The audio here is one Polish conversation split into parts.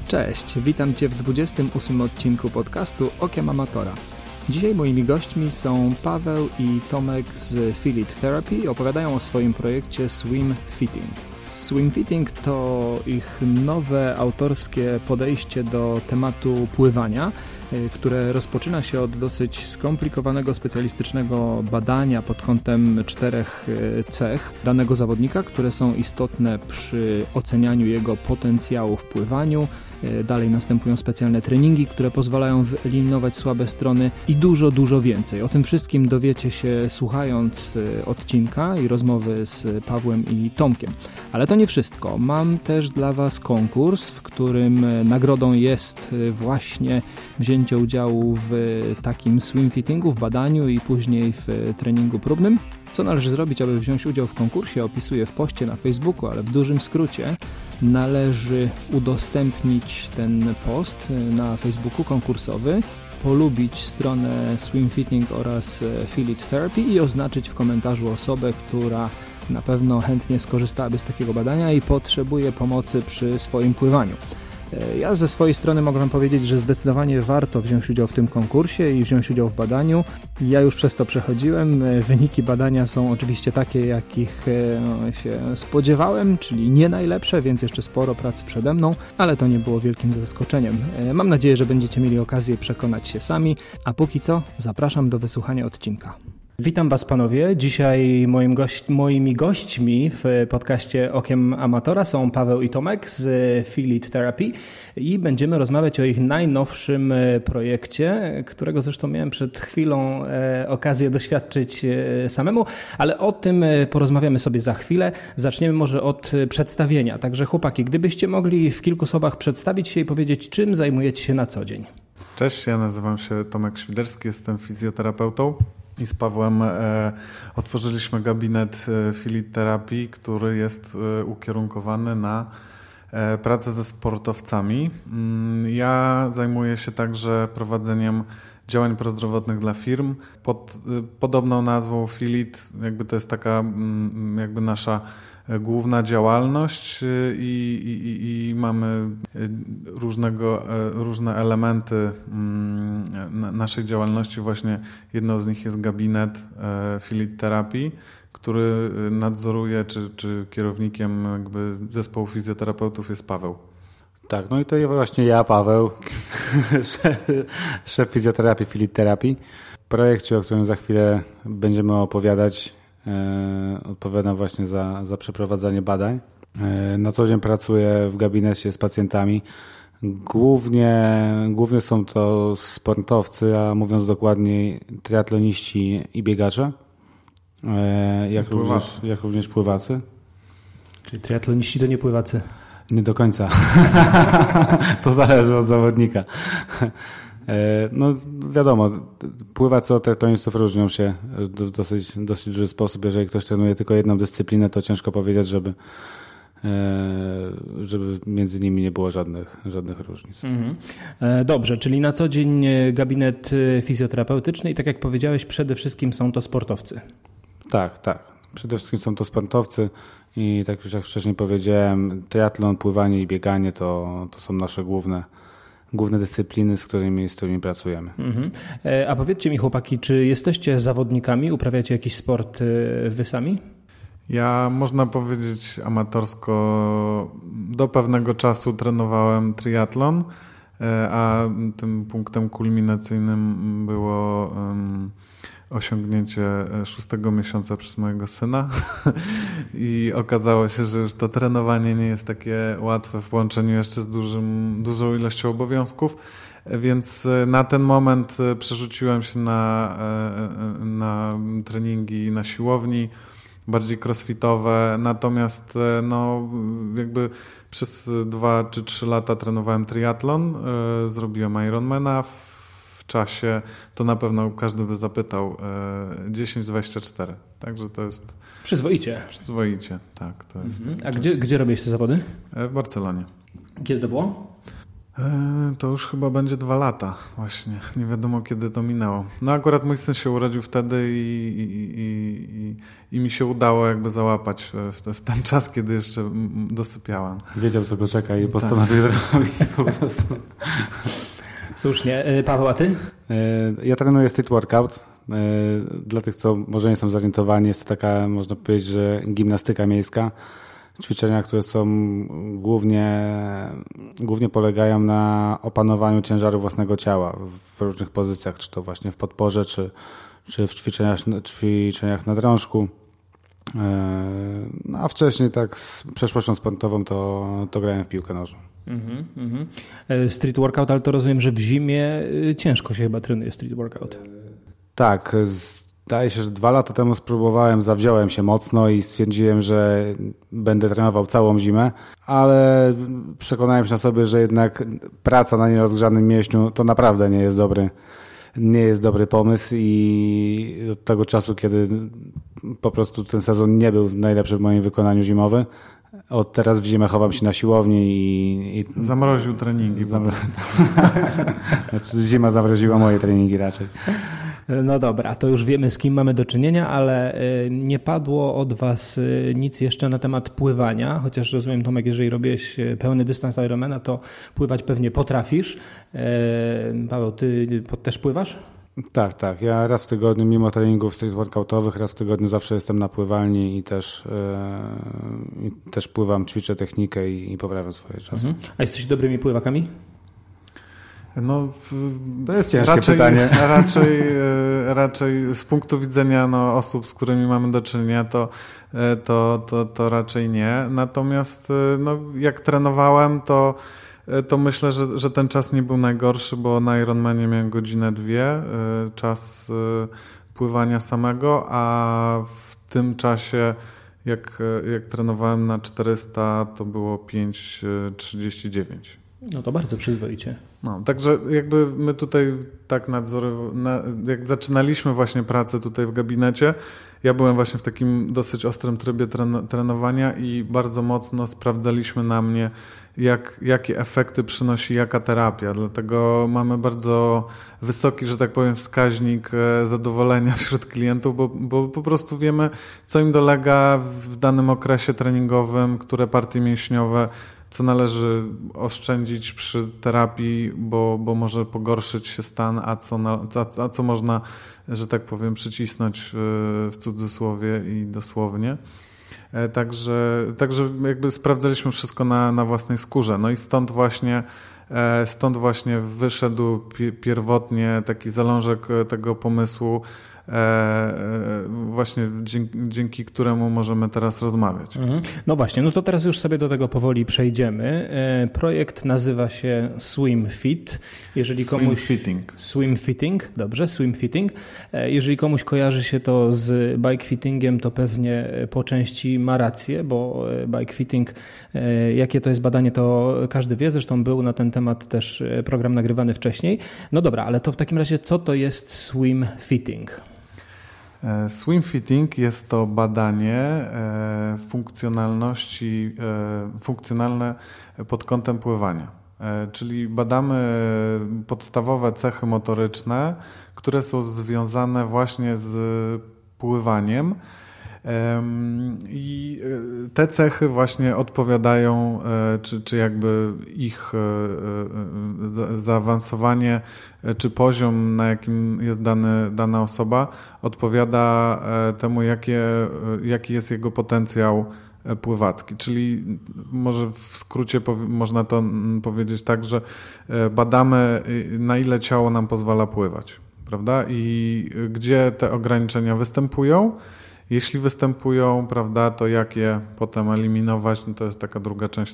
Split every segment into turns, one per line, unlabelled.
Cześć, witam Cię w 28 odcinku podcastu Okiem Amatora. Dzisiaj moimi gośćmi są Paweł i Tomek z Filit Therapy. Opowiadają o swoim projekcie Swim Fitting. Swim Fitting to ich nowe autorskie podejście do tematu pływania, które rozpoczyna się od dosyć skomplikowanego specjalistycznego badania pod kątem 4 cech danego zawodnika, które są istotne przy ocenianiu jego potencjału w pływaniu. Dalej następują specjalne treningi, które pozwalają wyeliminować słabe strony i dużo więcej. O tym wszystkim dowiecie się słuchając odcinka i rozmowy z Pawłem i Tomkiem. Ale to nie wszystko. Mam też dla Was konkurs, w którym nagrodą jest właśnie wzięcie udziału w takim swim fittingu, w badaniu i później w treningu próbnym. Co należy zrobić, aby wziąć udział w konkursie, opisuję w poście na Facebooku, ale w dużym skrócie należy udostępnić ten post na Facebooku konkursowy, polubić stronę Swim Fitting oraz Filit Therapy i oznaczyć w komentarzu osobę, która na pewno chętnie skorzystałaby z takiego badania i potrzebuje pomocy przy swoim pływaniu. Ja ze swojej strony mogę Wam powiedzieć, że zdecydowanie warto wziąć udział w tym konkursie i wziąć udział w badaniu. Ja już przez to przechodziłem. Wyniki badania są oczywiście takie, jakich się spodziewałem, czyli nie najlepsze, więc jeszcze sporo pracy przede mną, ale to nie było wielkim zaskoczeniem. Mam nadzieję, że będziecie mieli okazję przekonać się sami, a póki co zapraszam do wysłuchania odcinka. Witam Was panowie. Dzisiaj moimi gośćmi w podcaście Okiem Amatora są Paweł i Tomek z Filit Therapy i będziemy rozmawiać o ich najnowszym projekcie, którego zresztą miałem przed chwilą okazję doświadczyć samemu, ale o tym porozmawiamy sobie za chwilę. Zaczniemy może od przedstawienia. Także chłopaki, gdybyście mogli w kilku słowach przedstawić się i powiedzieć, czym zajmujecie się na co dzień.
Cześć, ja nazywam się Tomek Świderski, jestem fizjoterapeutą. I z Pawłem otworzyliśmy gabinet Filit Therapy, który jest ukierunkowany na pracę ze sportowcami. Ja zajmuję się także prowadzeniem działań prozdrowotnych dla firm. Pod podobną nazwą Filit, jakby to jest taka jakby nasza główna działalność i mamy różne elementy naszej działalności. Właśnie jedną z nich jest gabinet Filit Therapy, który nadzoruje, czy kierownikiem jakby zespołu fizjoterapeutów jest Paweł.
Tak, no i to właśnie ja, Paweł, szef fizjoterapii Filit Therapy. W projekcie, o którym za chwilę będziemy opowiadać, odpowiadam właśnie za przeprowadzanie badań. Na co dzień pracuję w gabinecie z pacjentami. Głównie są to sportowcy, a mówiąc dokładniej triatloniści i biegacze, jak również pływacy.
Czyli triatloniści to nie pływacy?
Nie do końca. To zależy od zawodnika. No wiadomo, pływacy od triatlonistów różnią się w dosyć duży sposób. Jeżeli ktoś trenuje tylko jedną dyscyplinę, to ciężko powiedzieć, żeby między nimi nie było żadnych różnic.
Dobrze, czyli na co dzień gabinet fizjoterapeutyczny i tak jak powiedziałeś, przede wszystkim są to sportowcy.
Tak. Przede wszystkim są to sportowcy i tak już jak wcześniej powiedziałem, triatlon, pływanie i bieganie to są nasze główne dyscypliny, z którymi pracujemy.
A powiedzcie mi chłopaki, czy jesteście zawodnikami? Uprawiacie jakiś sport wy sami?
Ja, można powiedzieć, amatorsko do pewnego czasu trenowałem triatlon, a tym punktem kulminacyjnym było osiągnięcie 6 miesiąca przez mojego syna i okazało się, że już to trenowanie nie jest takie łatwe w połączeniu jeszcze z dużą ilością obowiązków, więc na ten moment przerzuciłem się na treningi na siłowni, bardziej crossfitowe, natomiast jakby przez 2 czy 3 lata trenowałem triatlon, zrobiłem Ironmana w czasie, to na pewno każdy by zapytał, 10-24, także to jest...
Przyzwoicie,
tak. To jest
A gdzie robiłeś te zawody?
W Barcelonie.
Kiedy to było?
To już chyba będzie 2 lata właśnie. Nie wiadomo, kiedy to minęło. No akurat mój syn się urodził wtedy i mi się udało jakby załapać w ten czas, kiedy jeszcze dosypiałem.
Wiedział, co go czeka i postanowił zrobić po prostu.
Słusznie. Paweł, a ty?
Ja trenuję street workout. Dla tych, co może nie są zorientowani, jest to taka, można powiedzieć, że gimnastyka miejska. Ćwiczenia, które są głównie polegają na opanowaniu ciężaru własnego ciała w różnych pozycjach, czy to właśnie w podporze, czy w ćwiczeniach na drążku. A wcześniej tak z przeszłością sportową to grałem w piłkę nożną.
Street workout, ale to rozumiem, że w zimie ciężko się chyba trenuje street workout.
Tak, zdaje się, że 2 lata temu spróbowałem, zawziąłem się mocno i stwierdziłem, że będę trenował całą zimę, ale przekonałem się na sobie, że jednak praca na nierozgrzanym mięśniu to naprawdę nie jest dobry pomysł i od tego czasu, kiedy po prostu ten sezon nie był najlepszy w moim wykonaniu zimowy, od teraz w zimę chowam się na siłowni i
zamroził treningi.
Znaczy, zima zamroziła moje treningi raczej.
No dobra, to już wiemy, z kim mamy do czynienia, ale nie padło od was nic jeszcze na temat pływania, chociaż rozumiem, Tomek, jeżeli robiłeś pełny dystans Ironmana, to pływać pewnie potrafisz. Paweł, ty też pływasz?
Tak. Ja raz w tygodniu, mimo treningów street workoutowych, raz w tygodniu zawsze jestem na pływalni i też pływam, ćwiczę technikę i poprawiam swoje czasy.
A jesteś dobrymi pływakami?
No,
to jest ciężkie pytanie.
Raczej z punktu widzenia osób, z którymi mamy do czynienia, to raczej nie. Natomiast jak trenowałem, to myślę, że ten czas nie był najgorszy, bo na Ironmanie miałem 1-2 godziny czas pływania samego, a w tym czasie jak trenowałem na 400, to było 5:39.
No to bardzo przyzwoicie.
No, także jakby my tutaj tak jak zaczynaliśmy właśnie pracę tutaj w gabinecie, ja byłem właśnie w takim dosyć ostrym trybie trenowania i bardzo mocno sprawdzaliśmy na mnie, jakie efekty przynosi jaka terapia. Dlatego mamy bardzo wysoki, że tak powiem, wskaźnik zadowolenia wśród klientów, bo po prostu wiemy, co im dolega w danym okresie treningowym, które partie mięśniowe, co należy oszczędzić przy terapii, bo może pogorszyć się stan, a co można, że tak powiem, przycisnąć w cudzysłowie i dosłownie. Także jakby sprawdzaliśmy wszystko na własnej skórze. No i stąd właśnie wyszedł pierwotnie taki zalążek tego pomysłu, właśnie dzięki któremu możemy teraz rozmawiać.
No właśnie, no to teraz już sobie do tego powoli przejdziemy. Projekt nazywa się Swim Fit. Swim Fitting, dobrze, Swim Fitting. Jeżeli komuś kojarzy się to z bike fittingiem, to pewnie po części ma rację, bo bike fitting, jakie to jest badanie, to każdy wie, zresztą był na ten temat też program nagrywany wcześniej. No dobra, ale to w takim razie co to jest Swim Fitting?
Swim Fitting jest to badanie funkcjonalne pod kątem pływania. Czyli badamy podstawowe cechy motoryczne, które są związane właśnie z pływaniem. I te cechy właśnie odpowiadają, czy jakby ich zaawansowanie, czy poziom, na jakim jest dana osoba, odpowiada temu, jaki jest jego potencjał pływacki. Czyli może w skrócie można to powiedzieć tak, że badamy, na ile ciało nam pozwala pływać, prawda? I gdzie te ograniczenia występują. Jeśli występują, prawda, to jak je potem eliminować, no to jest taka druga część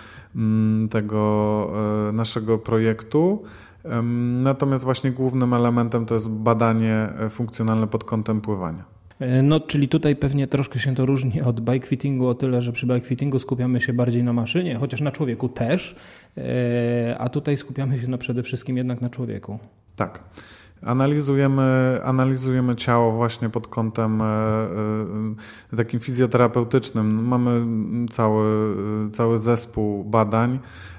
tego naszego projektu. Natomiast właśnie głównym elementem to jest badanie funkcjonalne pod kątem pływania.
No, czyli tutaj pewnie troszkę się to różni od bike fittingu o tyle, że przy bike fittingu skupiamy się bardziej na maszynie, chociaż na człowieku też, a tutaj skupiamy się przede wszystkim jednak na człowieku.
Tak. Analizujemy ciało właśnie pod kątem takim fizjoterapeutycznym. Mamy cały zespół badań,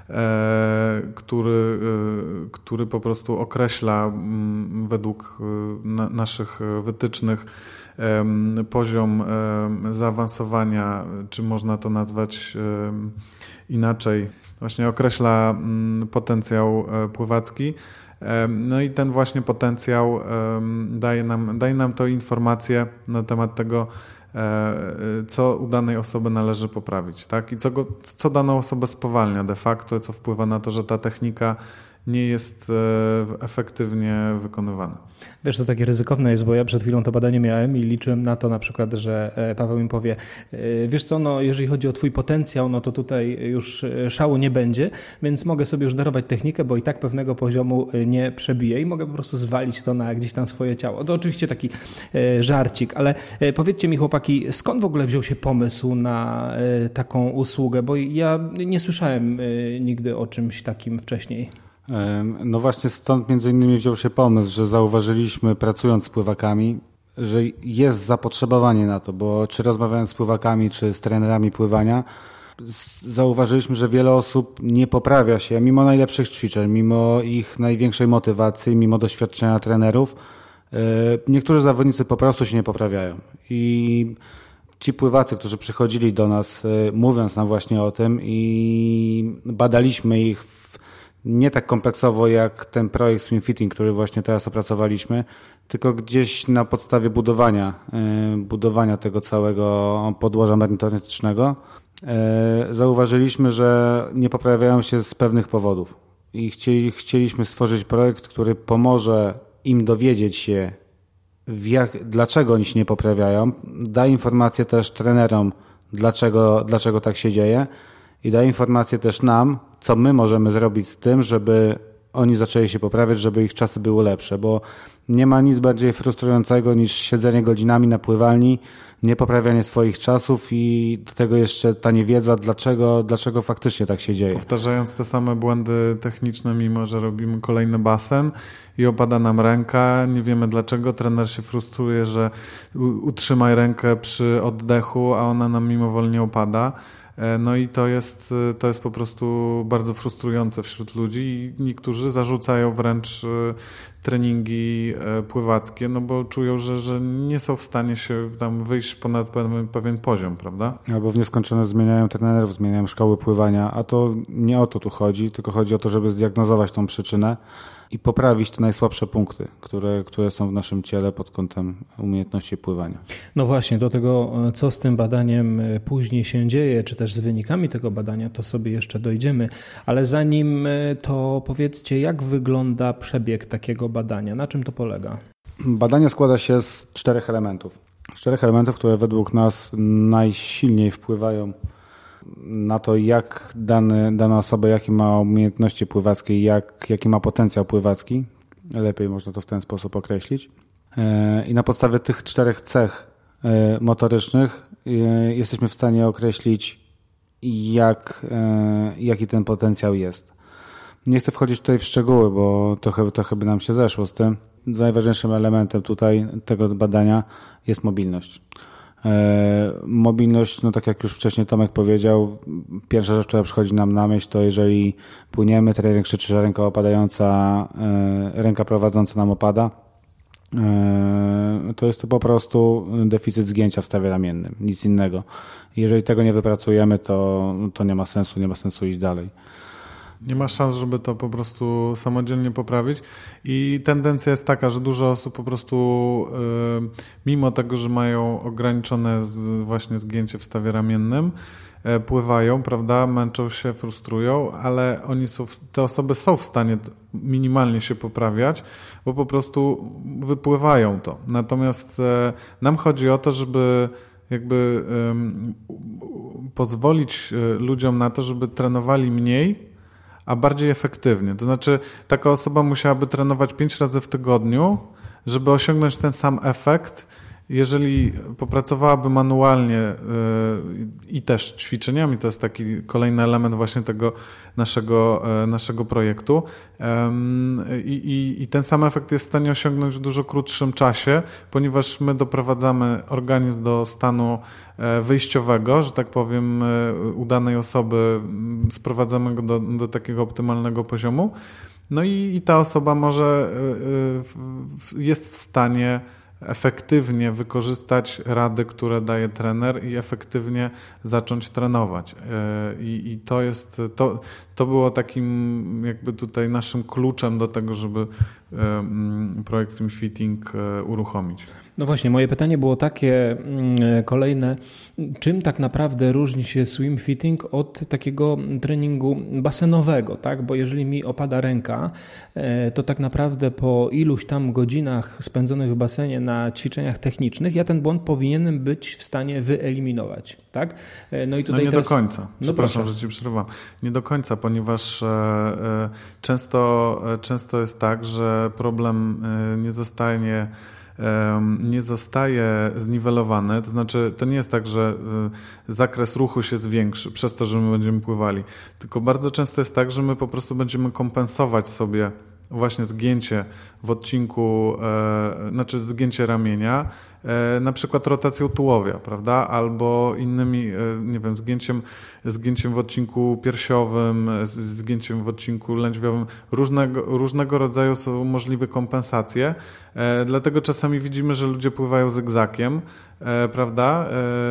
który po prostu określa według naszych wytycznych poziom zaawansowania, czy można to nazwać inaczej, właśnie określa potencjał pływacki. No i ten właśnie potencjał daje nam to informacje na temat tego, co u danej osoby należy poprawić, tak? I co daną osobę spowalnia de facto, co wpływa na to, że ta technika nie jest efektywnie wykonywana.
Wiesz, to takie ryzykowne jest, bo ja przed chwilą to badanie miałem i liczyłem na to na przykład, że Paweł mi powie, wiesz co, no jeżeli chodzi o twój potencjał, no to tutaj już szału nie będzie, więc mogę sobie już darować technikę, bo i tak pewnego poziomu nie przebiję i mogę po prostu zwalić to na gdzieś tam swoje ciało. To oczywiście taki żarcik, ale powiedzcie mi chłopaki, skąd w ogóle wziął się pomysł na taką usługę, bo ja nie słyszałem nigdy o czymś takim wcześniej.
No właśnie stąd między innymi wziął się pomysł, że zauważyliśmy pracując z pływakami, że jest zapotrzebowanie na to, bo czy rozmawiając z pływakami, czy z trenerami pływania, zauważyliśmy, że wiele osób nie poprawia się, mimo najlepszych ćwiczeń, mimo ich największej motywacji, mimo doświadczenia trenerów. Niektórzy zawodnicy po prostu się nie poprawiają i ci pływacy, którzy przychodzili do nas mówiąc nam właśnie o tym i badaliśmy ich nie tak kompleksowo jak ten projekt Swim Fitting, który właśnie teraz opracowaliśmy, tylko gdzieś na podstawie budowania tego całego podłoża merytorycznego zauważyliśmy, że nie poprawiają się z pewnych powodów i chcieliśmy stworzyć projekt, który pomoże im dowiedzieć się, dlaczego oni się nie poprawiają, da informacje też trenerom, dlaczego tak się dzieje i da informacje też nam, co my możemy zrobić z tym, żeby oni zaczęli się poprawiać, żeby ich czasy były lepsze, bo nie ma nic bardziej frustrującego niż siedzenie godzinami na pływalni, niepoprawianie swoich czasów i do tego jeszcze ta niewiedza, dlaczego faktycznie tak się dzieje.
Powtarzając te same błędy techniczne, mimo że robimy kolejny basen i opada nam ręka, nie wiemy dlaczego, trener się frustruje, że utrzymaj rękę przy oddechu, a ona nam mimowolnie opada. No i to jest po prostu bardzo frustrujące wśród ludzi i niektórzy zarzucają wręcz treningi pływackie, no bo czują, że nie są w stanie się tam wyjść ponad pewien poziom, prawda?
Albo w nieskończoność zmieniają trenerów, zmieniają szkoły pływania, a to nie o to tu chodzi, tylko chodzi o to, żeby zdiagnozować tą przyczynę i poprawić te najsłabsze punkty, które są w naszym ciele pod kątem umiejętności pływania.
No właśnie, do tego, co z tym badaniem później się dzieje, czy też z wynikami tego badania, to sobie jeszcze dojdziemy, ale zanim to powiedzcie, jak wygląda przebieg takiego badania, na czym to polega?
Badanie składa się z 4 elementów. 4 elementów, które według nas najsilniej wpływają na to, jak dana osoba, jakie ma umiejętności pływackie, jaki ma potencjał pływacki. Lepiej można to w ten sposób określić. I na podstawie tych 4 cech motorycznych jesteśmy w stanie określić, jaki ten potencjał jest. Nie chcę wchodzić tutaj w szczegóły, bo trochę by nam się zeszło z tym. Najważniejszym elementem tutaj tego badania jest mobilność. Mobilność, no tak jak już wcześniej Tomek powiedział, pierwsza rzecz, która przychodzi nam na myśl, to jeżeli płyniemy, trener krzyczy, że ręka opadająca, ręka prowadząca nam opada, to jest to po prostu deficyt zgięcia w stawie ramiennym, nic innego. Jeżeli tego nie wypracujemy, to nie ma sensu iść dalej.
Nie ma szans, żeby to po prostu samodzielnie poprawić i tendencja jest taka, że dużo osób po prostu mimo tego, że mają ograniczone właśnie zgięcie w stawie ramiennym, pływają, prawda, męczą się, frustrują, ale te osoby są w stanie minimalnie się poprawiać, bo po prostu wypływają to. Natomiast nam chodzi o to, żeby jakby pozwolić ludziom na to, żeby trenowali mniej, a bardziej efektywnie. To znaczy taka osoba musiałaby trenować 5 razy w tygodniu, żeby osiągnąć ten sam efekt jeżeli popracowałaby manualnie i też ćwiczeniami, to jest taki kolejny element właśnie tego naszego projektu i ten sam efekt jest w stanie osiągnąć w dużo krótszym czasie, ponieważ my doprowadzamy organizm do stanu wyjściowego, że tak powiem, u danej osoby, sprowadzamy go do takiego optymalnego poziomu, no i ta osoba jest w stanie efektywnie wykorzystać rady, które daje trener i efektywnie zacząć trenować. I to było takim jakby tutaj naszym kluczem do tego, żeby projekt Swim Fitting uruchomić.
No właśnie, moje pytanie było takie kolejne. Czym tak naprawdę różni się swim fitting od takiego treningu basenowego, tak? Bo jeżeli mi opada ręka, to tak naprawdę po iluś tam godzinach spędzonych w basenie na ćwiczeniach technicznych, ja ten błąd powinienem być w stanie wyeliminować, tak? No i tutaj
nie
teraz...
do końca. Przepraszam, że ci przerwam. Nie do końca, ponieważ często jest tak, że problem nie zostaje zniwelowany, to znaczy to nie jest tak, że zakres ruchu się zwiększy przez to, że my będziemy pływali, tylko bardzo często jest tak, że my po prostu będziemy kompensować sobie właśnie zgięcie w odcinku, znaczy zgięcie ramienia, na przykład rotacją tułowia, prawda? Albo innymi, nie wiem, zgięciem w odcinku piersiowym, zgięciem w odcinku lędźwiowym. Różnego rodzaju są możliwe kompensacje, dlatego czasami widzimy, że ludzie pływają zygzakiem, prawda?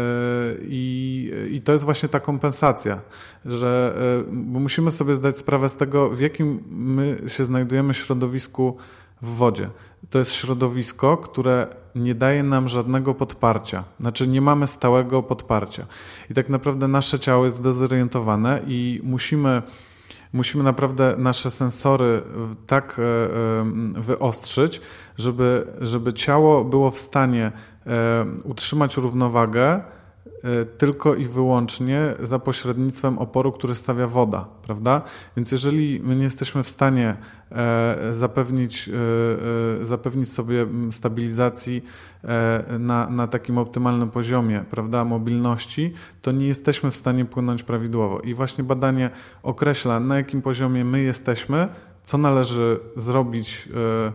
I to jest właśnie ta kompensacja, bo musimy sobie zdać sprawę z tego, w jakim my się znajdujemy środowisku w wodzie. To jest środowisko, które nie daje nam żadnego podparcia. Znaczy nie mamy stałego podparcia. I tak naprawdę nasze ciało jest zdezorientowane i musimy naprawdę nasze sensory tak wyostrzyć, żeby ciało było w stanie utrzymać równowagę tylko i wyłącznie za pośrednictwem oporu, który stawia woda, prawda? Więc jeżeli my nie jesteśmy w stanie zapewnić sobie stabilizacji na takim optymalnym poziomie, prawda, mobilności, to nie jesteśmy w stanie płynąć prawidłowo. I właśnie badanie określa, na jakim poziomie my jesteśmy, co należy zrobić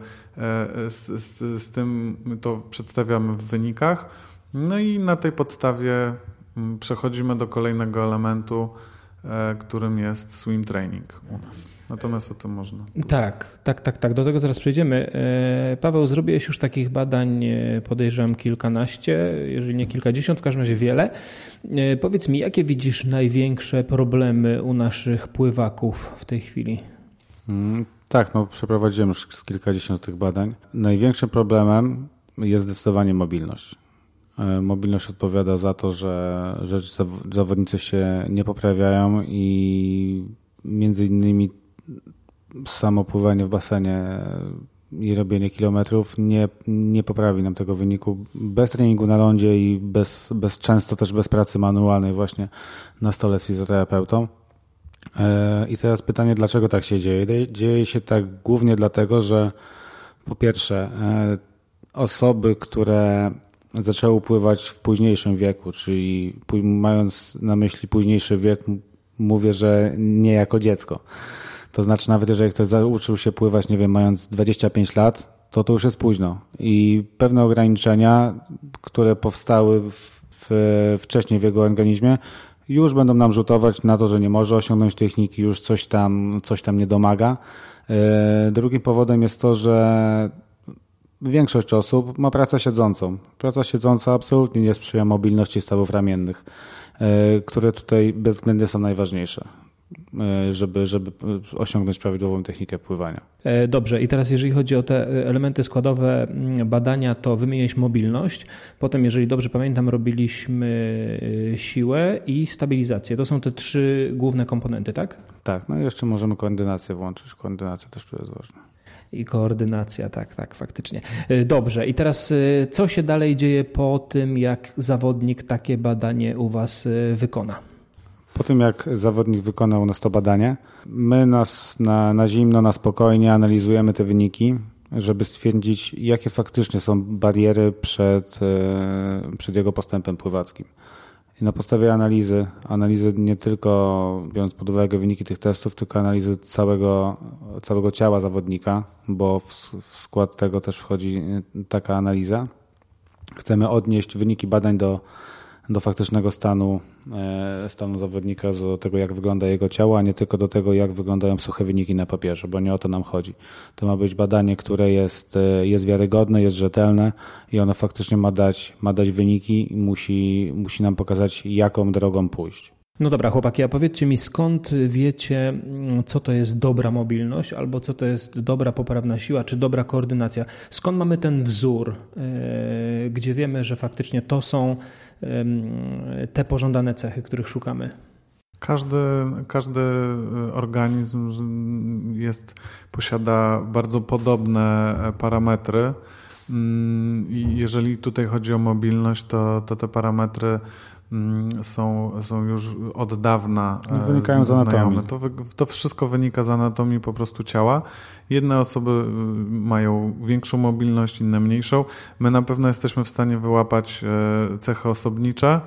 z tym, my to przedstawiamy w wynikach. No i na tej podstawie przechodzimy do kolejnego elementu, którym jest swim training u nas. Natomiast o tym można.
Tak. Do tego zaraz przejdziemy. Paweł, zrobiłeś już takich badań, podejrzewam kilkanaście, jeżeli nie kilkadziesiąt, w każdym razie wiele. Powiedz mi, jakie widzisz największe problemy u naszych pływaków w tej chwili?
Tak, przeprowadziłem już kilkadziesiąt tych badań. Największym problemem jest zdecydowanie mobilność. Mobilność odpowiada za to, że zawodnicy się nie poprawiają i między innymi samo pływanie w basenie i robienie kilometrów nie poprawi nam tego wyniku bez treningu na lądzie i często też bez pracy manualnej właśnie na stole z fizjoterapeutą. I teraz pytanie, dlaczego tak się dzieje? Dzieje się tak głównie dlatego, że po pierwsze osoby, które zaczęły pływać w późniejszym wieku, czyli mając na myśli późniejszy wiek, mówię, że nie jako dziecko. To znaczy nawet jeżeli ktoś nauczył się pływać, nie wiem, mając 25 lat, to już jest późno. I pewne ograniczenia, które powstały wcześniej w jego organizmie, już będą nam rzutować na to, że nie może osiągnąć techniki, już coś tam nie domaga. Drugim powodem jest to, że większość osób ma pracę siedzącą. Praca siedząca absolutnie nie sprzyja mobilności stawów ramiennych, które tutaj bezwzględnie są najważniejsze, żeby osiągnąć prawidłową technikę pływania.
Dobrze, i teraz jeżeli chodzi o te elementy składowe badania, to wymieniłeś mobilność, potem jeżeli dobrze pamiętam robiliśmy siłę i stabilizację. To są te trzy główne komponenty, tak?
Tak, no i jeszcze możemy koordynację włączyć. Koordynacja też tu jest ważna.
I koordynacja, tak, faktycznie. Dobrze, i teraz co się dalej dzieje po tym, jak zawodnik takie badanie u Was wykona?
Po tym, jak zawodnik wykonał u nas to badanie, my na zimno, na spokojnie analizujemy te wyniki żeby stwierdzić, jakie faktycznie są bariery przed jego postępem pływackim. I na podstawie analizy nie tylko biorąc pod uwagę wyniki tych testów, tylko analizy całego ciała zawodnika, bo w skład tego też wchodzi taka analiza. Chcemy odnieść wyniki badań do faktycznego stanu zawodnika, do tego, jak wygląda jego ciało, a nie tylko do tego, jak wyglądają suche wyniki na papierze, bo nie o to nam chodzi. To ma być badanie, które jest wiarygodne, jest rzetelne i ono faktycznie ma dać wyniki i musi nam pokazać, jaką drogą pójść.
No dobra, chłopaki, a powiedzcie mi, skąd wiecie, co to jest dobra mobilność, albo co to jest dobra poprawna siła, czy dobra koordynacja? Skąd mamy ten wzór, gdzie wiemy, że faktycznie to są te pożądane cechy, których szukamy?
Każdy organizm posiada bardzo podobne parametry i jeżeli tutaj chodzi o mobilność, to te parametry są już od dawna
wynikają z anatomii.
To wszystko wynika z anatomii po prostu ciała. Jedne osoby mają większą mobilność, inne mniejszą. My na pewno jesteśmy w stanie wyłapać cechy osobnicze.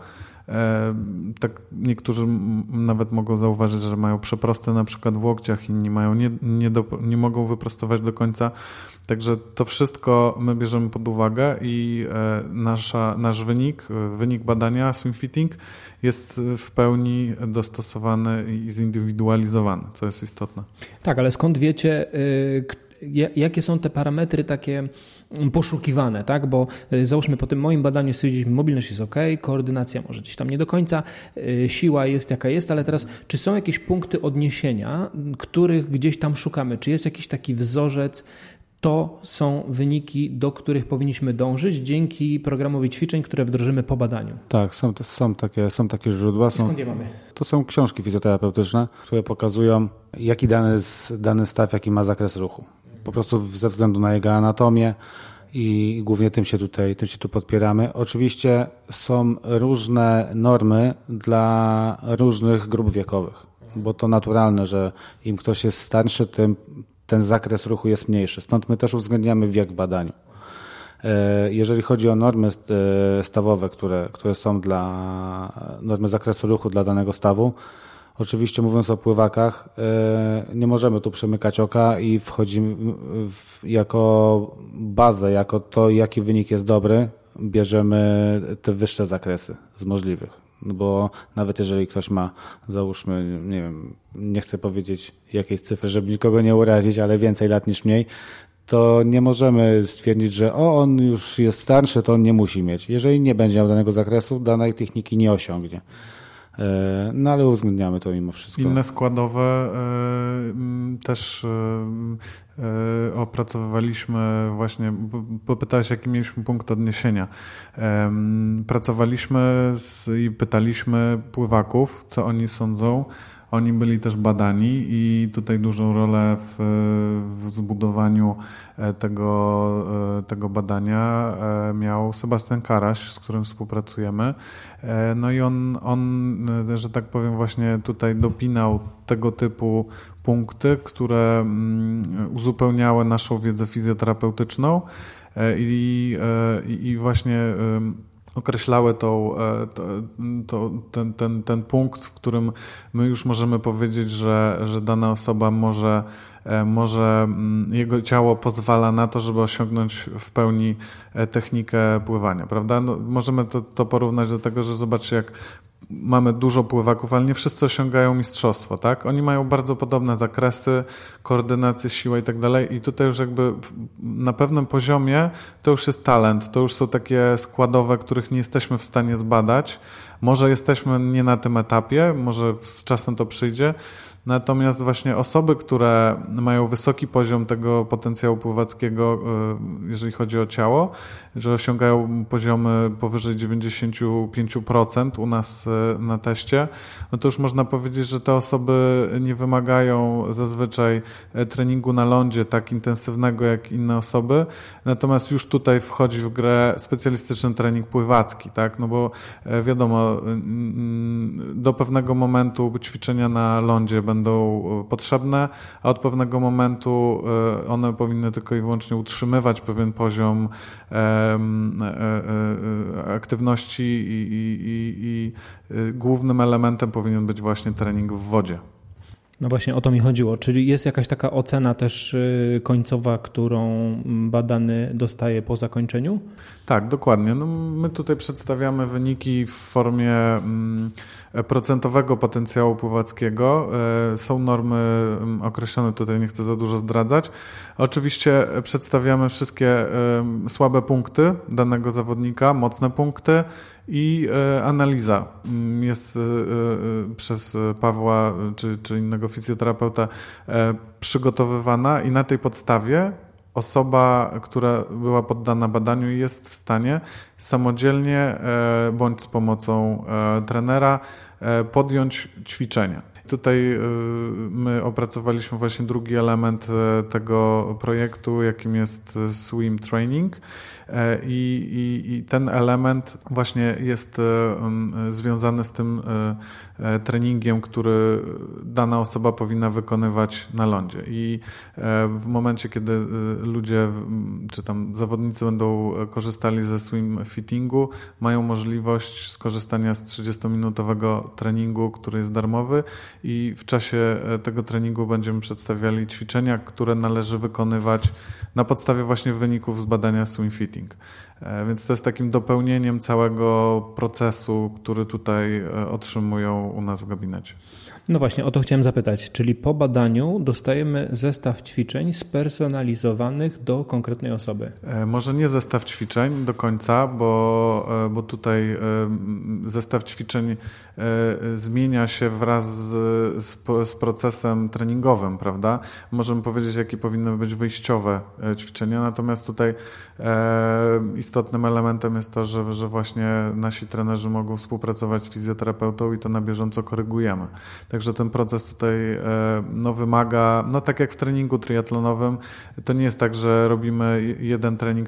Tak niektórzy nawet mogą zauważyć, że mają przeproste na przykład w łokciach, inni nie mogą wyprostować do końca. Także to wszystko my bierzemy pod uwagę i nasz wynik badania Swim Fitting jest w pełni dostosowany i zindywidualizowany, co jest istotne.
Tak, ale skąd wiecie, jakie są te parametry takie poszukiwane, tak? Bo załóżmy po tym moim badaniu stwierdziliśmy, mobilność jest ok, koordynacja może gdzieś tam nie do końca, siła jest jaka jest, ale teraz czy są jakieś punkty odniesienia, których gdzieś tam szukamy? Czy jest jakiś taki wzorzec, to są wyniki, do których powinniśmy dążyć dzięki programowi ćwiczeń, które wdrożymy po badaniu?
Tak, są takie źródła.
Skąd je mamy?
To są książki fizjoterapeutyczne, które pokazują, jaki dany staw, jaki ma zakres ruchu. Po prostu ze względu na jego anatomię i głównie tym się tu podpieramy. Oczywiście są różne normy dla różnych grup wiekowych, bo to naturalne, że im ktoś jest starszy, tym ten zakres ruchu jest mniejszy. Stąd my też uwzględniamy wiek w badaniu. Jeżeli chodzi o normy stawowe, które są dla normy zakresu ruchu dla danego stawu, oczywiście mówiąc o pływakach, nie możemy tu przymykać oka i wchodzimy jako bazę, jako to, jaki wynik jest dobry, bierzemy te wyższe zakresy z możliwych. No bo nawet jeżeli ktoś ma, załóżmy, nie wiem, nie chcę powiedzieć jakiejś cyfry, żeby nikogo nie urazić, ale więcej lat niż mniej, to nie możemy stwierdzić, że on już jest starszy, to on nie musi mieć. Jeżeli nie będzie miał danego zakresu, danej techniki nie osiągnie. No ale uwzględniamy to mimo wszystko.
Inne składowe też opracowywaliśmy właśnie, bo pytałeś, jaki mieliśmy punkt odniesienia. Pracowaliśmy i pytaliśmy pływaków, co oni sądzą. Oni byli też badani i tutaj dużą rolę w zbudowaniu tego badania miał Sebastian Karaś, z którym współpracujemy. No i on, że tak powiem, właśnie tutaj dopinał tego typu punkty, które uzupełniały naszą wiedzę fizjoterapeutyczną i właśnie określały ten punkt, w którym my już możemy powiedzieć, że dana osoba może jego ciało pozwala na to, żeby osiągnąć w pełni technikę pływania, prawda? No, możemy to porównać do tego, że zobaczcie, jak mamy dużo pływaków, ale nie wszyscy osiągają mistrzostwo, tak? Oni mają bardzo podobne zakresy, koordynację, siłę i tak dalej i tutaj już jakby na pewnym poziomie to już jest talent, to już są takie składowe, których nie jesteśmy w stanie zbadać. Może jesteśmy nie na tym etapie, może z czasem to przyjdzie, natomiast właśnie osoby, które mają wysoki poziom tego potencjału pływackiego, jeżeli chodzi o ciało, że osiągają poziomy powyżej 95% u nas na teście, no to już można powiedzieć, że te osoby nie wymagają zazwyczaj treningu na lądzie tak intensywnego jak inne osoby, natomiast już tutaj wchodzi w grę specjalistyczny trening pływacki, tak? No bo wiadomo, do pewnego momentu ćwiczenia na lądzie będą potrzebne, a od pewnego momentu one powinny tylko i wyłącznie utrzymywać pewien poziom aktywności i głównym elementem powinien być właśnie trening w wodzie.
No właśnie o to mi chodziło. Czyli jest jakaś taka ocena też końcowa, którą badany dostaje po zakończeniu?
Tak, dokładnie. No, my tutaj przedstawiamy wyniki w formie procentowego potencjału pływackiego. Są normy określone, tutaj nie chcę za dużo zdradzać. Oczywiście przedstawiamy wszystkie słabe punkty danego zawodnika, mocne punkty i analiza jest przez Pawła czy innego fizjoterapeuta przygotowywana i na tej podstawie osoba, która była poddana badaniu, jest w stanie samodzielnie bądź z pomocą trenera podjąć ćwiczenia. Tutaj my opracowaliśmy właśnie drugi element tego projektu, jakim jest swim training i ten element właśnie jest związany z tym treningiem, który dana osoba powinna wykonywać na lądzie. I w momencie, kiedy ludzie czy tam zawodnicy będą korzystali ze swim fittingu, mają możliwość skorzystania z 30-minutowego treningu, który jest darmowy i w czasie tego treningu będziemy przedstawiali ćwiczenia, które należy wykonywać na podstawie właśnie wyników z badania swim fitting. Więc to jest takim dopełnieniem całego procesu, który tutaj otrzymują u nas w gabinecie.
No właśnie, o to chciałem zapytać. Czyli po badaniu dostajemy zestaw ćwiczeń spersonalizowanych do konkretnej osoby?
Może nie zestaw ćwiczeń do końca, bo tutaj zestaw ćwiczeń zmienia się wraz z procesem treningowym, prawda? Możemy powiedzieć, jakie powinny być wyjściowe ćwiczenia, natomiast tutaj istotnym elementem jest to, że właśnie nasi trenerzy mogą współpracować z fizjoterapeutą i to na bieżąco korygujemy. Także ten proces tutaj wymaga, tak jak w treningu triatlonowym, to nie jest tak, że robimy jeden trening,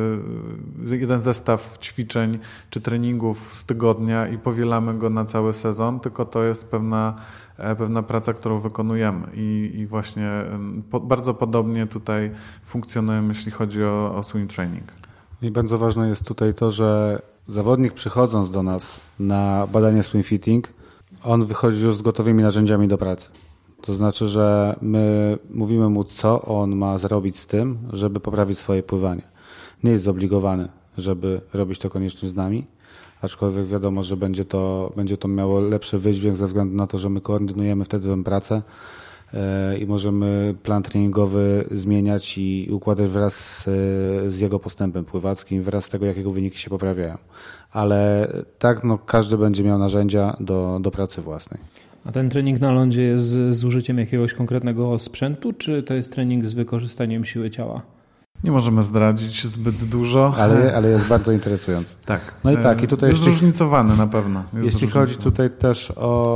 jeden zestaw ćwiczeń czy treningów z tygodnia i powielamy go na cały sezon, tylko to jest pewna praca, którą wykonujemy i właśnie bardzo podobnie tutaj funkcjonujemy, jeśli chodzi o swim training.
I bardzo ważne jest tutaj to, że zawodnik przychodząc do nas na badanie swim fitting, on wychodzi już z gotowymi narzędziami do pracy. To znaczy, że my mówimy mu, co on ma zrobić z tym, żeby poprawić swoje pływanie. Nie jest zobligowany, żeby robić to koniecznie z nami, aczkolwiek wiadomo, że będzie to miało lepszy wydźwięk ze względu na to, że my koordynujemy wtedy tę pracę i możemy plan treningowy zmieniać i układać wraz z jego postępem pływackim, wraz z tego, jak jego wyniki się poprawiają. Ale tak, każdy będzie miał narzędzia do pracy własnej.
A ten trening na lądzie jest z użyciem jakiegoś konkretnego sprzętu, czy to jest trening z wykorzystaniem siły ciała?
Nie możemy zdradzić zbyt dużo.
Ale jest bardzo interesujący.
Tak.
No i tak, i tutaj
jest zróżnicowany na pewno.
Jeśli chodzi tutaj też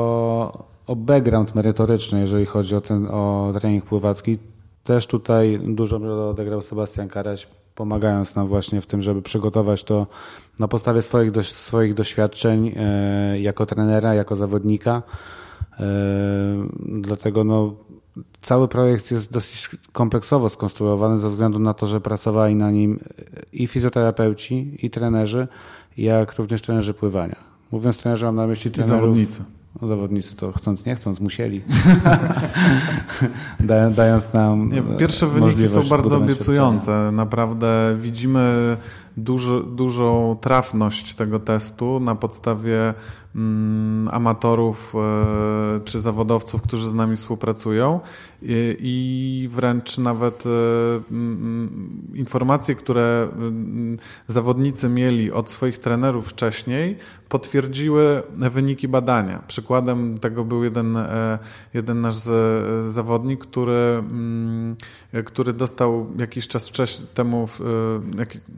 o background merytoryczny, jeżeli chodzi o trening pływacki, też tutaj dużą rolę odegrał Sebastian Karaś, pomagając nam właśnie w tym, żeby przygotować to na podstawie swoich doświadczeń jako trenera, jako zawodnika. Dlatego cały projekt jest dosyć kompleksowo skonstruowany ze względu na to, że pracowali na nim i fizjoterapeuci, i trenerzy, jak również trenerzy pływania. Mówiąc trenerzy, mam na myśli trenerów.
Zawodnicy.
Zawodnicy to chcąc, nie chcąc, musieli. Dając nam
pierwsze wyniki są bardzo obiecujące. Naprawdę widzimy dużą trafność tego testu na podstawie amatorów czy zawodowców, którzy z nami współpracują i wręcz nawet informacje, które zawodnicy mieli od swoich trenerów wcześniej, potwierdziły wyniki badania. Przykładem tego był jeden nasz zawodnik, który dostał jakiś czas temu, parę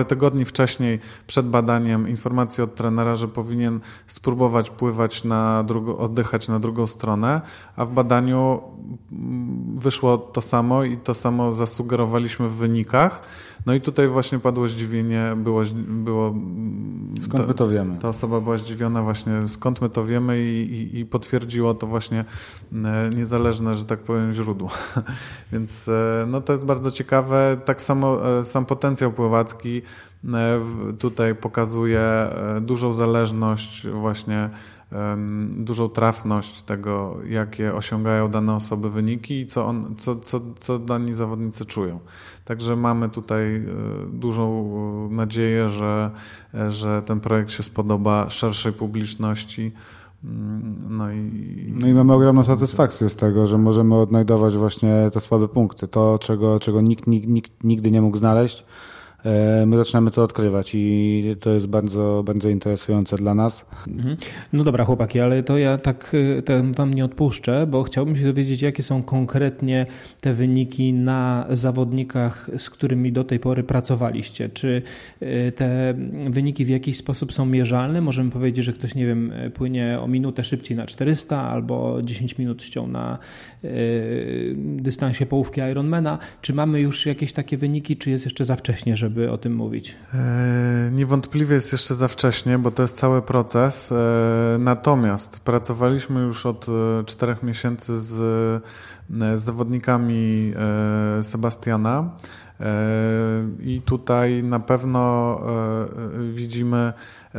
tygodni wcześniej przed badaniem informację od trenera, że powinien spróbować pływać oddychać na drugą stronę, a w badaniu wyszło to samo i to samo zasugerowaliśmy w wynikach. No i tutaj właśnie padło zdziwienie, było
skąd my to wiemy?
Ta osoba była zdziwiona właśnie, skąd my to wiemy i potwierdziło to właśnie niezależne, że tak powiem, źródło. Więc no to jest bardzo ciekawe. Tak samo sam potencjał pływacki tutaj pokazuje dużą zależność właśnie, dużą trafność tego, jakie osiągają dane osoby wyniki i co dani zawodnicy czują. Także mamy tutaj dużą nadzieję, że ten projekt się spodoba szerszej publiczności. No i
mamy ogromną satysfakcję z tego, że możemy odnajdować właśnie te słabe punkty. To, czego nikt nigdy nie mógł znaleźć. My zaczynamy to odkrywać i to jest bardzo, bardzo interesujące dla nas.
No dobra, chłopaki, ale to ja tak wam nie odpuszczę, bo chciałbym się dowiedzieć, jakie są konkretnie te wyniki na zawodnikach, z którymi do tej pory pracowaliście. Czy te wyniki w jakiś sposób są mierzalne? Możemy powiedzieć, że ktoś, nie wiem, płynie o minutę szybciej na 400 albo 10 minut ściął na dystansie połówki Ironmana. Czy mamy już jakieś takie wyniki, czy jest jeszcze za wcześnie, żeby o tym mówić?
Niewątpliwie jest jeszcze za wcześnie, bo to jest cały proces. Natomiast pracowaliśmy już od 4 miesięcy z zawodnikami Sebastiana i tutaj na pewno widzimy,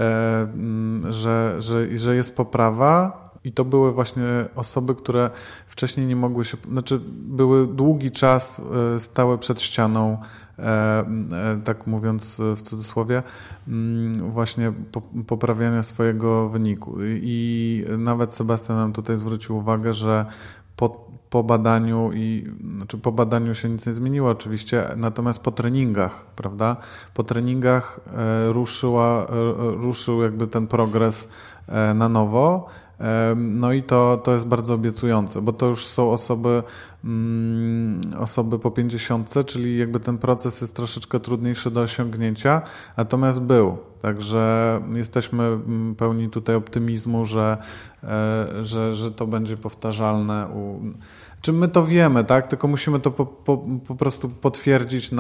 że jest poprawa. I to były właśnie osoby, które wcześniej nie mogły się, były długi czas stały przed ścianą, tak mówiąc w cudzysłowie, właśnie poprawiania swojego wyniku. I nawet Sebastian nam tutaj zwrócił uwagę, że po badaniu się nic nie zmieniło oczywiście, natomiast po treningach, prawda? Po treningach ruszył jakby ten progres na nowo. No i to jest bardzo obiecujące, bo to już są osoby po 50, czyli jakby ten proces jest troszeczkę trudniejszy do osiągnięcia, natomiast był. Także jesteśmy pełni tutaj optymizmu, że to będzie powtarzalne. Czy my to wiemy, tak? Tylko musimy to po prostu potwierdzić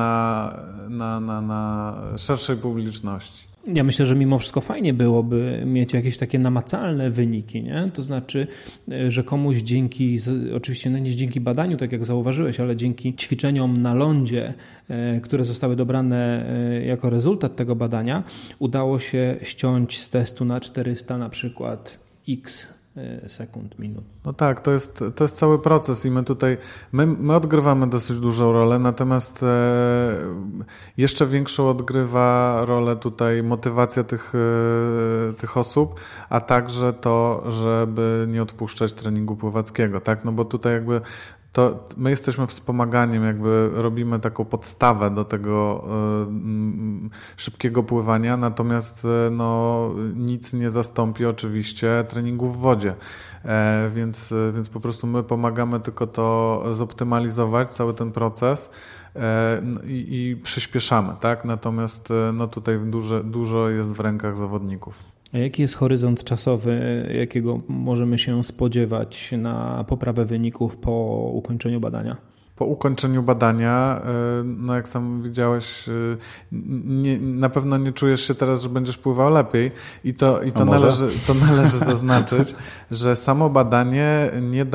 na szerszej publiczności.
Ja myślę, że mimo wszystko fajnie byłoby mieć jakieś takie namacalne wyniki, nie? To znaczy, że komuś oczywiście nie dzięki badaniu, tak jak zauważyłeś, ale dzięki ćwiczeniom na lądzie, które zostały dobrane jako rezultat tego badania, udało się ściąć z testu na 400 na przykład x sekund, minut.
No tak, to jest cały proces i my odgrywamy dosyć dużą rolę, natomiast jeszcze większą odgrywa rolę tutaj motywacja tych osób, a także to, żeby nie odpuszczać treningu pływackiego, tak? No bo tutaj jakby my jesteśmy wspomaganiem, jakby robimy taką podstawę do tego szybkiego pływania, natomiast nic nie zastąpi oczywiście treningu w wodzie. Więc po prostu my pomagamy tylko to zoptymalizować, cały ten proces i przyspieszamy, tak? Natomiast tutaj dużo jest w rękach zawodników.
A jaki jest horyzont czasowy, jakiego możemy się spodziewać na poprawę wyników po ukończeniu badania?
Po ukończeniu badania, jak sam widziałeś, na pewno nie czujesz się teraz, że będziesz pływał lepiej i to należy zaznaczyć, że samo badanie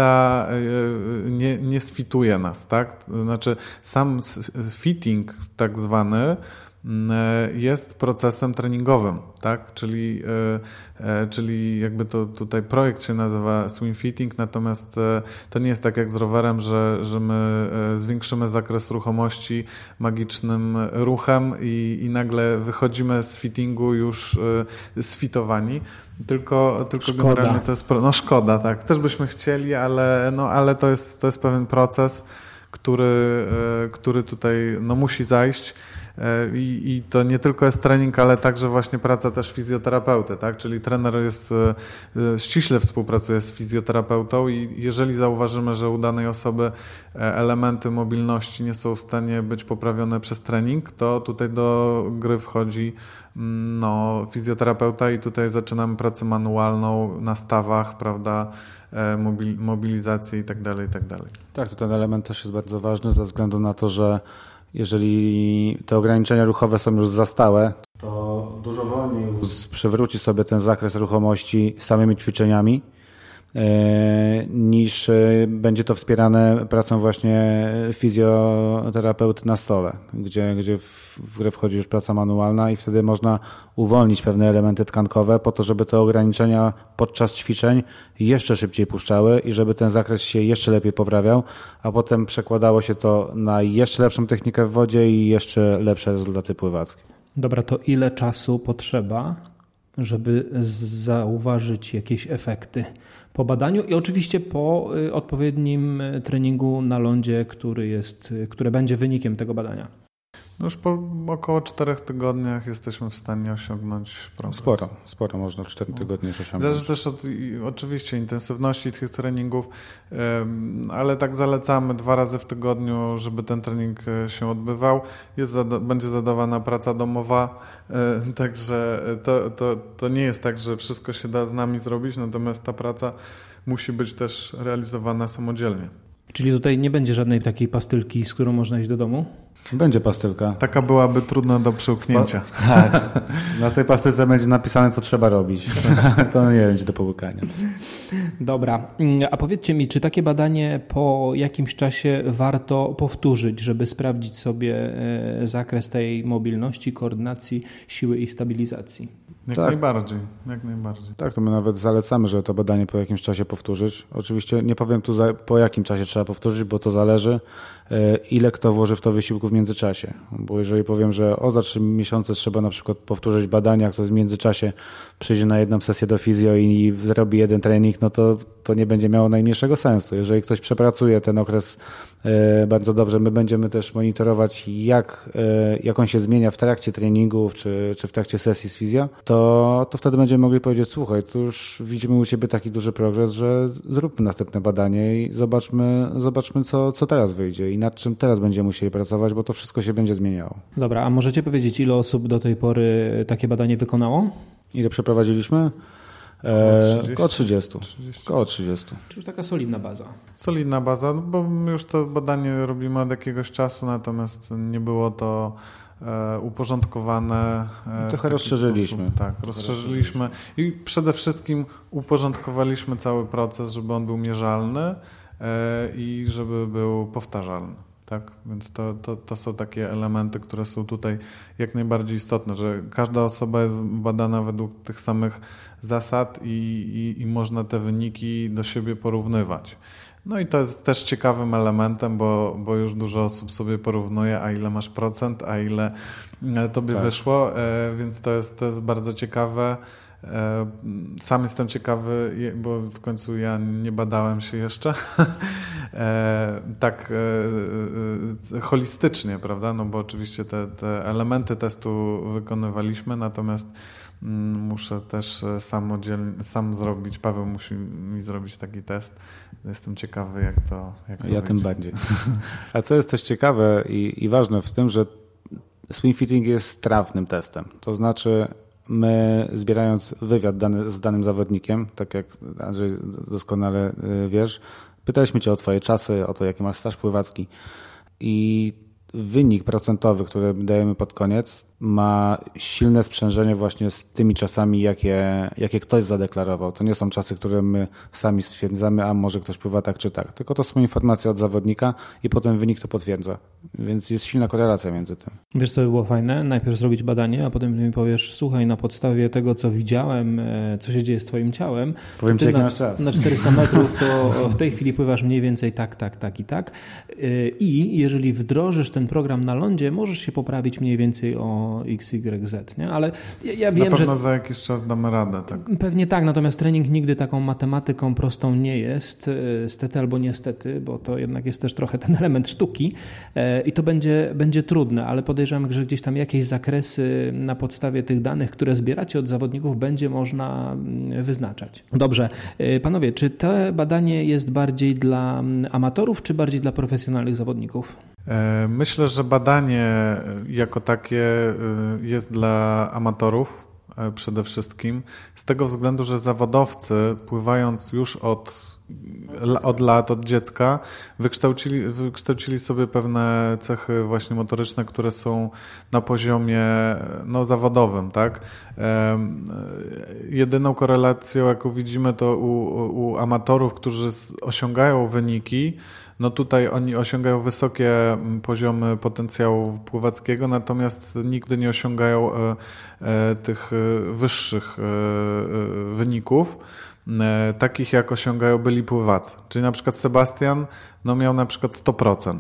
nie sfituje nas, tak? Znaczy sam fitting tak zwany jest procesem treningowym, tak? Czyli jakby to tutaj projekt się nazywa Swim Fitting, natomiast to nie jest tak jak z rowerem, że my zwiększymy zakres ruchomości magicznym ruchem i nagle wychodzimy z fittingu już sfitowani. Tylko generalnie to jest szkoda, tak. Też byśmy chcieli, ale to jest pewien proces, który tutaj musi zajść. I to nie tylko jest trening, ale także właśnie praca też fizjoterapeuty, tak? Czyli trener ściśle współpracuje z fizjoterapeutą i jeżeli zauważymy, że u danej osoby elementy mobilności nie są w stanie być poprawione przez trening, to tutaj do gry wchodzi fizjoterapeuta i tutaj zaczynamy pracę manualną na stawach, prawda, mobilizację i tak dalej, i tak dalej. Tak,
to ten element też jest bardzo ważny ze względu na to, że jeżeli te ograniczenia ruchowe są już zastałe, to dużo wolniej przywróci sobie ten zakres ruchomości samymi ćwiczeniami, niż będzie to wspierane pracą właśnie fizjoterapeuty na stole, gdzie w grę wchodzi już praca manualna i wtedy można uwolnić pewne elementy tkankowe po to, żeby te ograniczenia podczas ćwiczeń jeszcze szybciej puszczały i żeby ten zakres się jeszcze lepiej poprawiał, a potem przekładało się to na jeszcze lepszą technikę w wodzie i jeszcze lepsze rezultaty pływackie.
Dobra, to ile czasu potrzeba, żeby zauważyć jakieś efekty po badaniu i oczywiście po odpowiednim treningu na lądzie, które będzie wynikiem tego badania?
No już po około 4 tygodniach jesteśmy w stanie osiągnąć progres.
Sporo można w 4 tygodnie osiągnąć.
Zależy też od oczywiście intensywności tych treningów, ale tak zalecamy 2 razy w tygodniu, żeby ten trening się odbywał. Będzie zadawana praca domowa, także to nie jest tak, że wszystko się da z nami zrobić, natomiast ta praca musi być też realizowana samodzielnie.
Czyli tutaj nie będzie żadnej takiej pastylki, z którą można iść do domu?
Będzie pastylka.
Taka byłaby trudna do przełknięcia.
Tak. Na tej pastylce będzie napisane, co trzeba robić. To nie będzie do połykania.
Dobra. A powiedzcie mi, czy takie badanie po jakimś czasie warto powtórzyć, żeby sprawdzić sobie zakres tej mobilności, koordynacji, siły i stabilizacji?
Jak najbardziej.
Tak, to my nawet zalecamy, żeby to badanie po jakimś czasie powtórzyć. Oczywiście nie powiem tu po jakim czasie trzeba powtórzyć, bo to zależy, ile kto włoży w to wysiłku w międzyczasie. Bo jeżeli powiem, że za 3 miesiące trzeba na przykład powtórzyć badania, ktoś w międzyczasie przyjdzie na jedną sesję do fizjo i zrobi jeden trening, no to nie będzie miało najmniejszego sensu. Jeżeli ktoś przepracuje ten okres bardzo dobrze, my będziemy też monitorować, jak on się zmienia w trakcie treningów czy w trakcie sesji z fizjo, to wtedy będziemy mogli powiedzieć, słuchaj, tu już widzimy u Ciebie taki duży progres, że zróbmy następne badanie i zobaczmy co teraz wyjdzie i nad czym teraz będziemy musieli pracować, bo to wszystko się będzie zmieniało.
Dobra, a możecie powiedzieć, ile osób do tej pory takie badanie wykonało?
Ile przeprowadziliśmy? Około 30. Około 30.
Czy już taka solidna baza?
Solidna baza, bo my już to badanie robimy od jakiegoś czasu, natomiast nie było to uporządkowane.
Trochę rozszerzyliśmy.
Tak, rozszerzyliśmy i przede wszystkim uporządkowaliśmy cały proces, żeby on był mierzalny i żeby był powtarzalny. Tak, więc to są takie elementy, które są tutaj jak najbardziej istotne, że każda osoba jest badana według tych samych zasad i można te wyniki do siebie porównywać. No i to jest też ciekawym elementem, bo już dużo osób sobie porównuje, a ile masz procent, a ile tobie wyszło, więc to jest bardzo ciekawe. Sam jestem ciekawy, bo w końcu ja nie badałem się jeszcze tak holistycznie, prawda? No bo oczywiście te elementy testu wykonywaliśmy, natomiast muszę też sam zrobić, Paweł musi mi zrobić taki test. Jestem ciekawy, jak to
ja
wyjdzie.
Tym bardziej. A co jest też ciekawe i ważne w tym, że swim fitting jest trafnym testem. To znaczy my, zbierając wywiad z danym zawodnikiem, tak jak Andrzej doskonale wiesz, pytaliśmy Cię o Twoje czasy, o to, jaki masz staż pływacki i wynik procentowy, który dajemy pod koniec, ma silne sprzężenie właśnie z tymi czasami, jakie ktoś zadeklarował. To nie są czasy, które my sami stwierdzamy, a może ktoś pływa tak czy tak. Tylko to są informacje od zawodnika i potem wynik to potwierdza. Więc jest silna korelacja między tym.
Wiesz, co by było fajne? Najpierw zrobić badanie, a potem mi powiesz, słuchaj, na podstawie tego, co widziałem, co się dzieje z twoim ciałem,
powiem ci, jaki masz czas.
Na 400 metrów to w tej chwili pływasz mniej więcej tak i tak. I jeżeli wdrożysz ten program na lądzie, możesz się poprawić mniej więcej o to XYZ, nie? Ale ja wiem,
na pewno za jakiś czas damy radę, tak?
Pewnie tak, natomiast trening nigdy taką matematyką prostą nie jest, stety albo niestety, bo to jednak jest też trochę ten element sztuki i to będzie trudne, ale podejrzewam, że gdzieś tam jakieś zakresy na podstawie tych danych, które zbieracie od zawodników, będzie można wyznaczać. Dobrze, panowie, czy to badanie jest bardziej dla amatorów, czy bardziej dla profesjonalnych zawodników?
Myślę, że badanie jako takie jest dla amatorów przede wszystkim, z tego względu, że zawodowcy pływając już od lat, od dziecka, wykształcili sobie pewne cechy właśnie motoryczne, które są na poziomie zawodowym, tak? Jedyną korelacją, jaką widzimy, to u amatorów, którzy osiągają wyniki, no tutaj oni osiągają wysokie poziomy potencjału pływackiego, natomiast nigdy nie osiągają tych wyższych wyników, takich jak osiągają byli pływacy. Czyli na przykład Sebastian miał na przykład 100%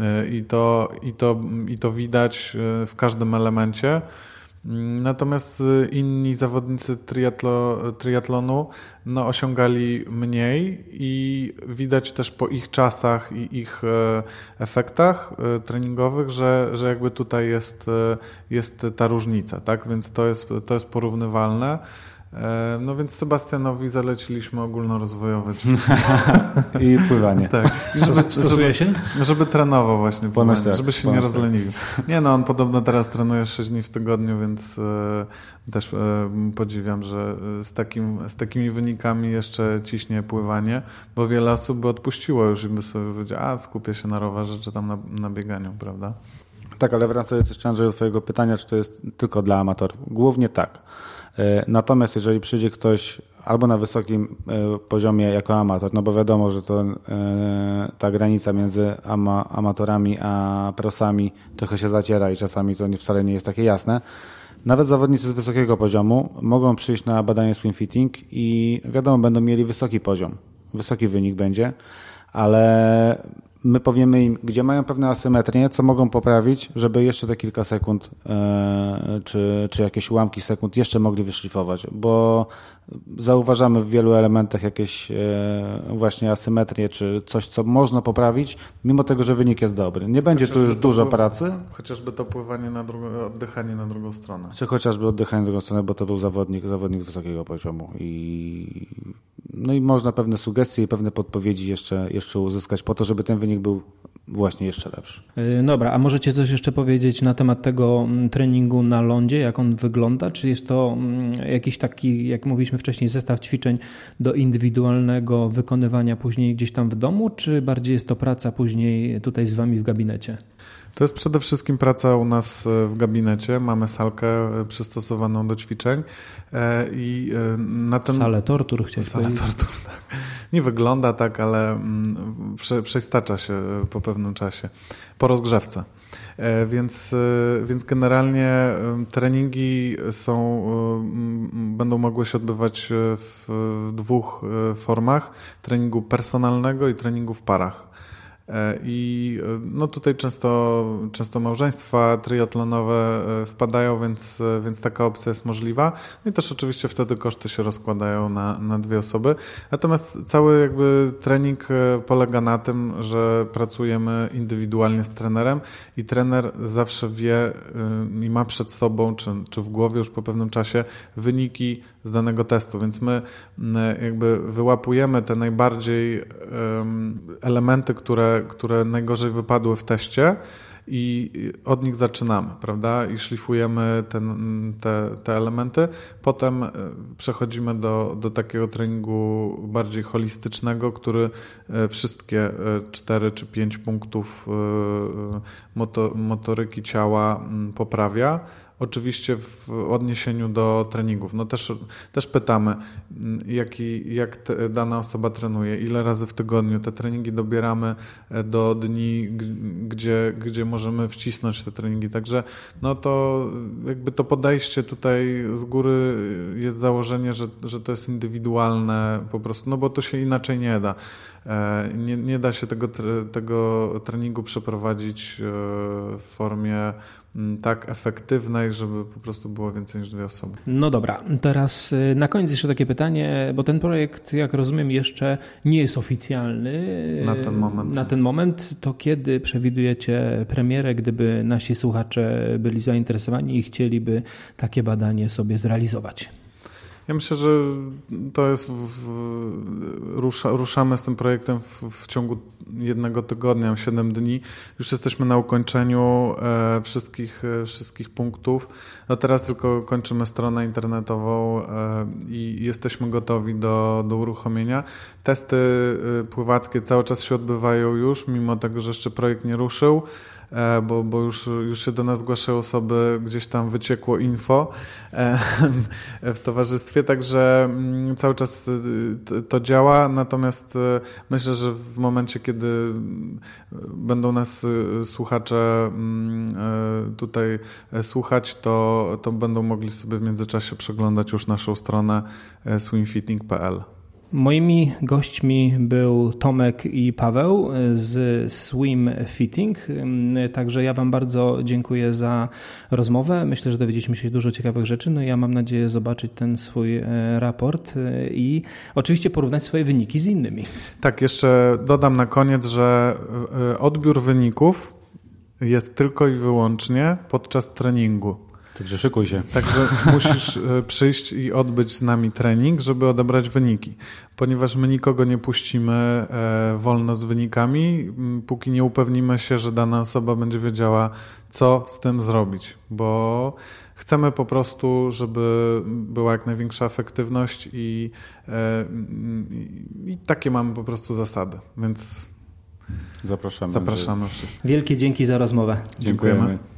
i to widać w każdym elemencie. Natomiast inni zawodnicy triatlonu osiągali mniej i widać też po ich czasach i ich efektach treningowych, że jakby tutaj jest ta różnica, tak? Więc to jest porównywalne. No więc Sebastianowi zaleciliśmy ogólnorozwojowe
i pływanie.
Tak.
Stosuje się?
Żeby trenował właśnie pływanie, żeby się nie rozleniwił.
Nie,
on podobno teraz trenuje 6 dni w tygodniu, więc też podziwiam, że z takimi wynikami jeszcze ciśnie pływanie, bo wiele osób by odpuściło już i by sobie powiedział, skupię się na rowerze czy tam na bieganiu, prawda?
Tak, ale wracając jeszcze, Andrzej, do twojego pytania, czy to jest tylko dla amatorów? Głównie tak. Natomiast jeżeli przyjdzie ktoś albo na wysokim poziomie jako amator, no bo wiadomo, że to ta granica między amatorami a prosami trochę się zaciera i czasami to wcale nie jest takie jasne. Nawet zawodnicy z wysokiego poziomu mogą przyjść na badanie swim fitting i wiadomo, będą mieli wysoki poziom, wysoki wynik będzie, ale my powiemy im, gdzie mają pewne asymetrie, co mogą poprawić, żeby jeszcze te kilka sekund czy jakieś ułamki sekund jeszcze mogli wyszlifować, bo zauważamy w wielu elementach jakieś właśnie asymetrie czy coś, co można poprawić, mimo tego, że wynik jest dobry. Nie będzie tu już dużo pracy.
Chociażby to pływanie oddychanie na drugą stronę.
Czy chociażby oddychanie na drugą stronę, bo to był zawodnik wysokiego poziomu i można pewne sugestie i pewne podpowiedzi jeszcze uzyskać po to, żeby ten wynik był właśnie jeszcze lepszy.
Dobra, a możecie coś jeszcze powiedzieć na temat tego treningu na lądzie, jak on wygląda? Czy jest to jakiś taki, jak mówiliśmy wcześniej, zestaw ćwiczeń do indywidualnego wykonywania później gdzieś tam w domu, czy bardziej jest to praca później tutaj z wami w gabinecie?
To jest przede wszystkim praca u nas w gabinecie. Mamy salkę przystosowaną do ćwiczeń. I na ten...
Salę tortur chciałeś powiedzieć.
Salę tortur, tak. Nie wygląda tak, ale przestacza się po pewnym czasie, po rozgrzewce. Więc generalnie treningi będą mogły się odbywać w dwóch formach. Treningu personalnego i treningu w parach. I tutaj często małżeństwa triatlonowe wpadają, więc taka opcja jest możliwa. No i też oczywiście wtedy koszty się rozkładają na dwie osoby. Natomiast cały jakby trening polega na tym, że pracujemy indywidualnie z trenerem i trener zawsze wie i ma przed sobą, czy w głowie już po pewnym czasie wyniki z danego testu, więc my jakby wyłapujemy te najbardziej elementy, które najgorzej wypadły w teście i od nich zaczynamy, prawda? I szlifujemy te elementy. Potem przechodzimy do takiego treningu bardziej holistycznego, który wszystkie 4 czy 5 punktów motoryki ciała poprawia. Oczywiście w odniesieniu do treningów. Też pytamy, jak dana osoba trenuje, ile razy w tygodniu. Te treningi dobieramy do dni, gdzie możemy wcisnąć te treningi. Także to jakby to podejście tutaj z góry jest założenie, że to jest indywidualne po prostu, bo to się inaczej nie da. Nie da się tego treningu przeprowadzić w formie tak efektywnej, żeby po prostu było więcej niż 2 osoby.
No dobra, teraz na koniec jeszcze takie pytanie, bo ten projekt, jak rozumiem, jeszcze nie jest oficjalny. Na ten moment. To kiedy przewidujecie premierę, gdyby nasi słuchacze byli zainteresowani i chcieliby takie badanie sobie zrealizować?
Ja myślę, że to jest ruszamy z tym projektem w ciągu 1 tygodnia, 7 dni. Już jesteśmy na ukończeniu wszystkich punktów. No teraz tylko kończymy stronę internetową i jesteśmy gotowi do uruchomienia. Testy pływackie cały czas się odbywają już, mimo tego, że jeszcze projekt nie ruszył. Bo już się do nas zgłaszają osoby, gdzieś tam wyciekło info w towarzystwie, także cały czas to działa, natomiast myślę, że w momencie, kiedy będą nas słuchacze tutaj słuchać, to będą mogli sobie w międzyczasie przeglądać już naszą stronę swimfitting.pl.
Moimi gośćmi był Tomek i Paweł z Swim Fitting, także ja Wam bardzo dziękuję za rozmowę. Myślę, że dowiedzieliśmy się dużo ciekawych rzeczy, no i ja mam nadzieję zobaczyć ten swój raport i oczywiście porównać swoje wyniki z innymi.
Tak, jeszcze dodam na koniec, że odbiór wyników jest tylko i wyłącznie podczas treningu.
Także szykuj się.
Także musisz przyjść i odbyć z nami trening, żeby odebrać wyniki. Ponieważ my nikogo nie puścimy wolno z wynikami, póki nie upewnimy się, że dana osoba będzie wiedziała, co z tym zrobić. Bo chcemy po prostu, żeby była jak największa efektywność i takie mamy po prostu zasady. Więc zapraszamy wszystkich.
Wielkie dzięki za rozmowę.
Dziękujemy.